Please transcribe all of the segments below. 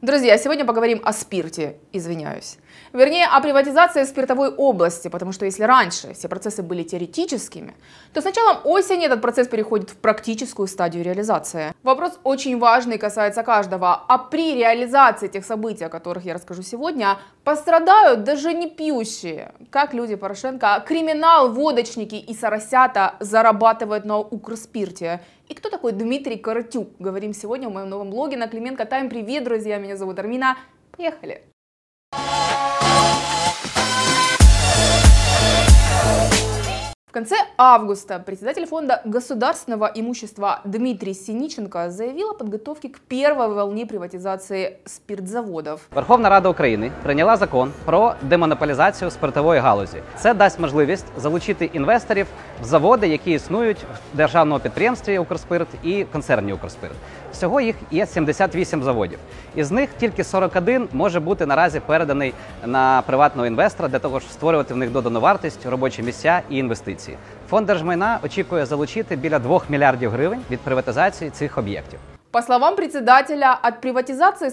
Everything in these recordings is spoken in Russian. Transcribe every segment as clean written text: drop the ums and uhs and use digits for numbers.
Друзья, сегодня поговорим о спирте, извиняюсь. Вернее, о приватизации спиртовой области, потому что если раньше все процессы были теоретическими, то с началом осени этот процесс переходит в практическую стадию реализации. Вопрос очень важный, касается каждого. А при реализации тех событий, о которых я расскажу сегодня, пострадают даже не пьющие. Как люди Порошенко, криминал, водочники и соросята зарабатывают на Укрспирте. И кто такой Дмитрий Каратюк? Говорим сегодня в моем новом блоге на Клименко Тайм. Привет, друзья, меня зовут Армина. Поехали! В конце августа председатель фонда государственного имущества Дмитрий Синиченко заявил о подготовке к первой волне приватизации спиртзаводов. Верховна Рада України прийняла закон про демонополізацію спиртової галузі. Це дасть можливість залучити інвесторів в заводи, які існують в державному підприємстві «Укрспирт» і концерні «Укрспирт». Всього їх є 78 заводів. Із них тільки 41 може бути наразі переданий на приватного інвестора для того, щоб створювати в них додану вартість, робочі місця і інвестиції. Фонд держмайна очікує залучити біля 2 мільярдів гривень від приватизації цих об'єктів. По словам председателя, от приватизации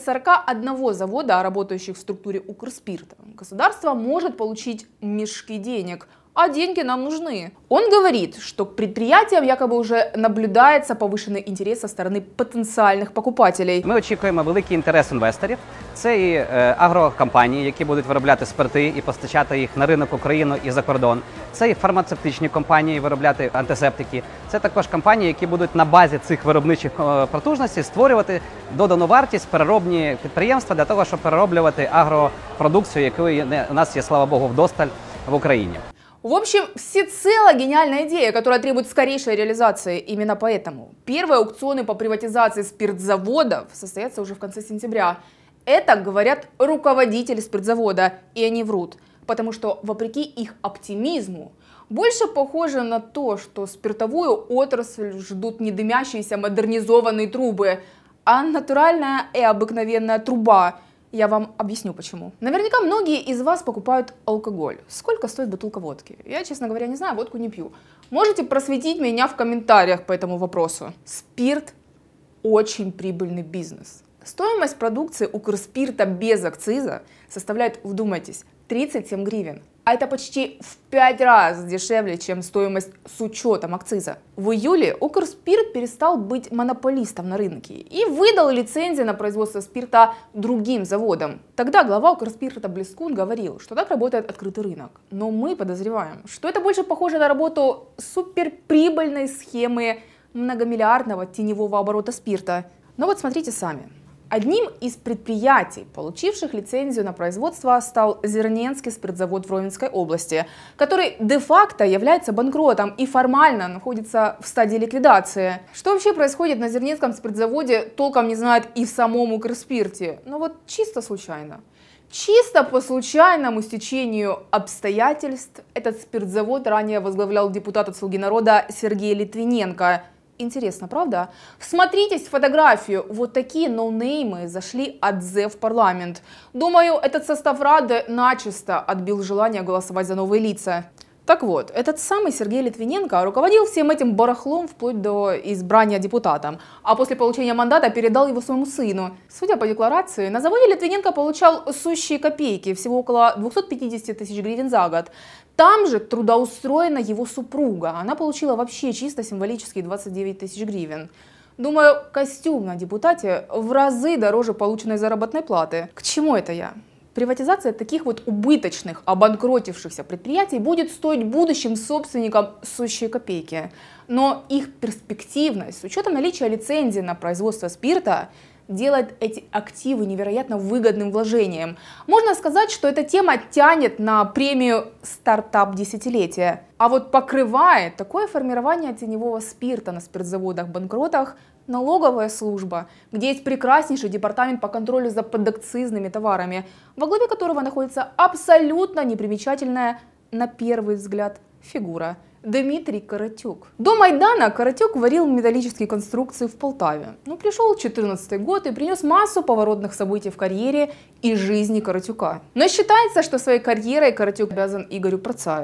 41 завода, работающих в структуре Укрспирта, государство может получить мешки денег. А деньги нам нужны. Он говорит, что к предприятиям якобы уже наблюдается повышенный интерес со стороны потенциальных покупателей. Ми очікуємо великий інтерес інвесторів. Це і агрокомпанії, які будуть виробляти спирти і постачати їх на ринок України і за кордон. Це і фармацевтичні компанії, виробляти антисептики. Це також компанії, які будуть на базі цих виробничих потужностей створювати додану вартість, переробні підприємства для того, щоб перероблювати агропродукцію, якої у нас є, слава Богу, вдосталь в Україні. В общем, всецело гениальная идея, которая требует скорейшей реализации. Именно поэтому первые аукционы по приватизации спиртзаводов состоятся уже в конце сентября. Это говорят руководители спиртзавода, и они врут. Потому что, вопреки их оптимизму, больше похоже на то, что спиртовую отрасль ждут не дымящиеся модернизованные трубы, а натуральная и обыкновенная труба. Я вам объясню почему. Наверняка многие из вас покупают алкоголь. Сколько стоит бутылка водки? Я, честно говоря, не знаю, водку не пью. Можете просветить меня в комментариях по этому вопросу. Спирт – очень прибыльный бизнес. Стоимость продукции Укрспирта без акциза составляет, вдумайтесь, 37 гривен. А это почти в 5 раз дешевле, чем стоимость с учетом акциза. В июле Укрспирт перестал быть монополистом на рынке и выдал лицензии на производство спирта другим заводам. Тогда глава Укрспирта Блескун говорил, что так работает открытый рынок. Но мы подозреваем, что это больше похоже на работу суперприбыльной схемы многомиллиардного теневого оборота спирта. Но вот смотрите сами. Одним из предприятий, получивших лицензию на производство, стал Зерненский спиртзавод в Ровенской области, который де-факто является банкротом и формально находится в стадии ликвидации. Что вообще происходит на Зерненском спиртзаводе, толком не знают и в самом Укрспирте. Но вот чисто случайно. Чисто по случайному стечению обстоятельств этот спиртзавод ранее возглавлял депутат от «Слуги народа» Сергей Литвиненко. Интересно, правда? Всмотритесь в фотографию. Вот такие ноунеймы зашли от ЗЭ в парламент. Думаю, этот состав Рады начисто отбил желание голосовать за новые лица. Так вот, этот самый Сергей Литвиненко руководил всем этим барахлом вплоть до избрания депутатом, а после получения мандата передал его своему сыну. Судя по декларации, на заводе Литвиненко получал сущие копейки, всего около 250 тысяч гривен за год. Там же трудоустроена его супруга, она получила вообще чисто символические 29 тысяч гривен. Думаю, костюм на депутате в разы дороже полученной заработной платы. К чему это я? Приватизация таких вот убыточных, обанкротившихся предприятий будет стоить будущим собственникам сущие копейки. Но их перспективность, с учетом наличия лицензии на производство спирта, делает эти активы невероятно выгодным вложением. Можно сказать, что эта тема тянет на премию «Стартап десятилетия». А вот покрывает такое формирование теневого спирта на спиртзаводах-банкротах налоговая служба, где есть прекраснейший департамент по контролю за подакцизными товарами, во главе которого находится абсолютно непримечательная, на первый взгляд, фигура – Дмитрий Каратюк. До Майдана Каратюк варил металлические конструкции в Полтаве. Но пришел 2014 год и принес массу поворотных событий в карьере и жизни Каратюка. Но считается, что своей карьерой Каратюк обязан Игорю Процаю.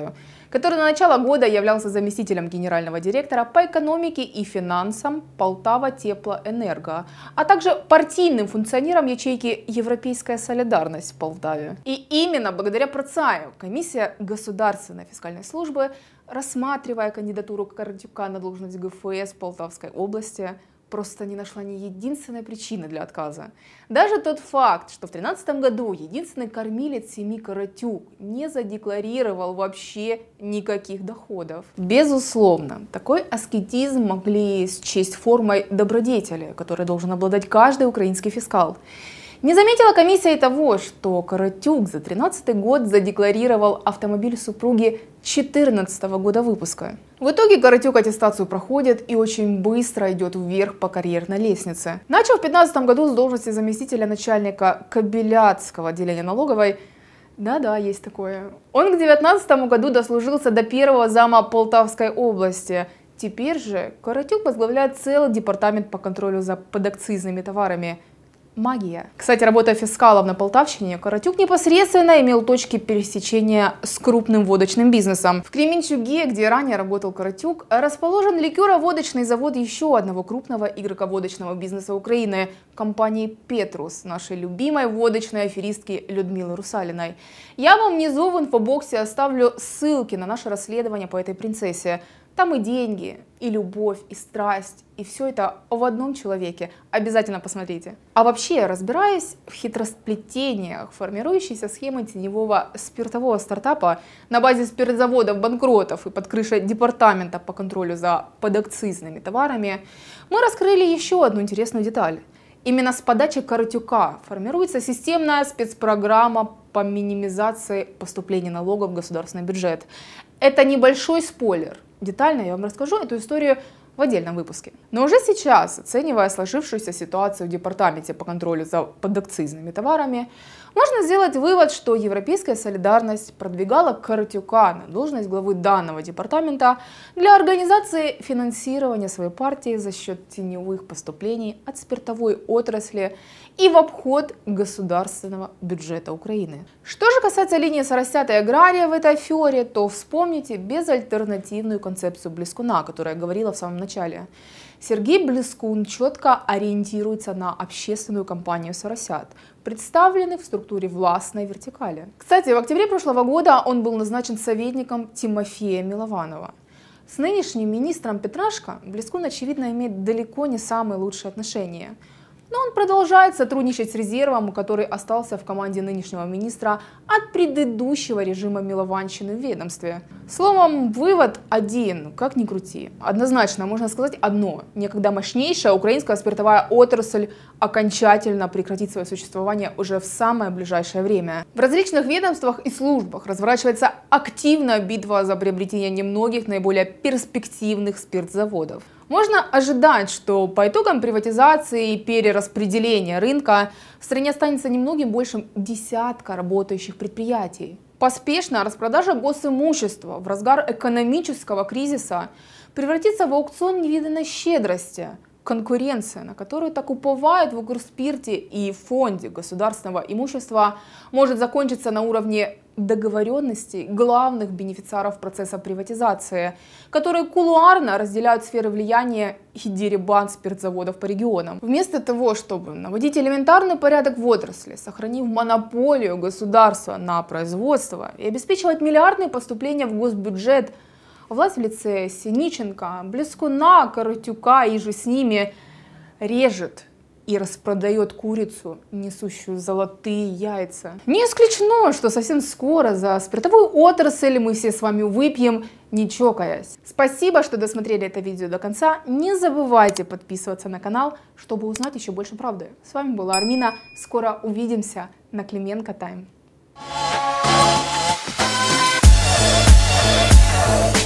который на начало года являлся заместителем генерального директора по экономике и финансам Полтава Теплоэнерго, а также партийным функционером ячейки «Европейская солидарность» в Полтаве. И именно благодаря Процаю комиссия Государственной фискальной службы, рассматривая кандидатуру Коротюка на должность ГФС Полтавской области, просто не нашла ни единственной причины для отказа. Даже тот факт, что в 2013 году единственный кормилец семьи Коротюк не задекларировал вообще никаких доходов. Безусловно, такой аскетизм могли счесть формой добродетели, которой должен обладать каждый украинский фискал. Не заметила комиссия и того, что Коротюк за 2013 год задекларировал автомобиль супруги 2014 года выпуска. В итоге Коротюк аттестацию проходит и очень быстро идет вверх по карьерной лестнице. Начал в 2015 году с должности заместителя начальника Кобеляцкого отделения налоговой. Да-да, есть такое. Он к 2019 году дослужился до первого зама Полтавской области. Теперь же Коротюк возглавляет целый департамент по контролю за подакцизными товарами. Магия. Кстати, работая фискалом на Полтавщине, Коротюк непосредственно имел точки пересечения с крупным водочным бизнесом. В Кременчуге, где ранее работал Коротюк, расположен ликероводочный завод еще одного крупного игрока водочного бизнеса Украины – компании «Петрус», нашей любимой водочной аферистки Людмилы Русалиной. Я вам внизу в инфобоксе оставлю ссылки на наше расследование по этой принцессе. Там и деньги, и любовь, и страсть, и все это в одном человеке. Обязательно посмотрите. А вообще, разбираясь в хитросплетениях формирующейся схемы теневого спиртового стартапа на базе спиртзаводов-банкротов и под крышей департамента по контролю за подакцизными товарами, мы раскрыли еще одну интересную деталь. Именно с подачи Коротюка формируется системная спецпрограмма по минимизации поступлений налогов в государственный бюджет. Это небольшой спойлер. Детально я вам расскажу эту историю в отдельном выпуске. Но уже сейчас, оценивая сложившуюся ситуацию в департаменте по контролю за подакцизными товарами, можно сделать вывод, что Европейская солидарность продвигала Коротюка на должность главы данного департамента для организации финансирования своей партии за счет теневых поступлений от спиртовой отрасли и в обход государственного бюджета Украины. Что же касается линии Соросята и Агрария в этой афере, то вспомните безальтернативную концепцию Блескуна, о которой я говорила в самом начале. Сергей Блескун четко ориентируется на общественную компанию «Соросят», представленный в структуре властной вертикали. Кстати, в октябре прошлого года он был назначен советником Тимофея Милованова. С нынешним министром Петрашко Блескун, очевидно, имеет далеко не самые лучшие отношения. Но он продолжает сотрудничать с резервом, который остался в команде нынешнего министра от предыдущего режима Милованщины в ведомстве. Словом, вывод один, как ни крути. Однозначно можно сказать одно. Некогда мощнейшая украинская спиртовая отрасль окончательно прекратит свое существование уже в самое ближайшее время. В различных ведомствах и службах разворачивается активная битва за приобретение немногих наиболее перспективных спиртзаводов. Можно ожидать, что по итогам приватизации и перераспределения рынка в стране останется немногим больше десятка работающих предприятий. Поспешная распродажа госимущества в разгар экономического кризиса превратится в аукцион невиданной щедрости. Конкуренция, на которую так уповают в Укрспирте и фонде государственного имущества, может закончиться на уровне договоренностей главных бенефициаров процесса приватизации, которые кулуарно разделяют сферы влияния и дерибан спиртзаводов по регионам. Вместо того, чтобы наводить элементарный порядок в отрасли, сохранив монополию государства на производство и обеспечивать миллиардные поступления в госбюджет, власть в лице Синиченко, Блескуна, Коротюка и же с ними режет и распродает курицу, несущую золотые яйца. Не исключено, что совсем скоро за спиртовую отрасль мы все с вами выпьем, не чокаясь. Спасибо, что досмотрели это видео до конца. Не забывайте подписываться на канал, чтобы узнать еще больше правды. С вами была Армина. Скоро увидимся на Клименко Тайм.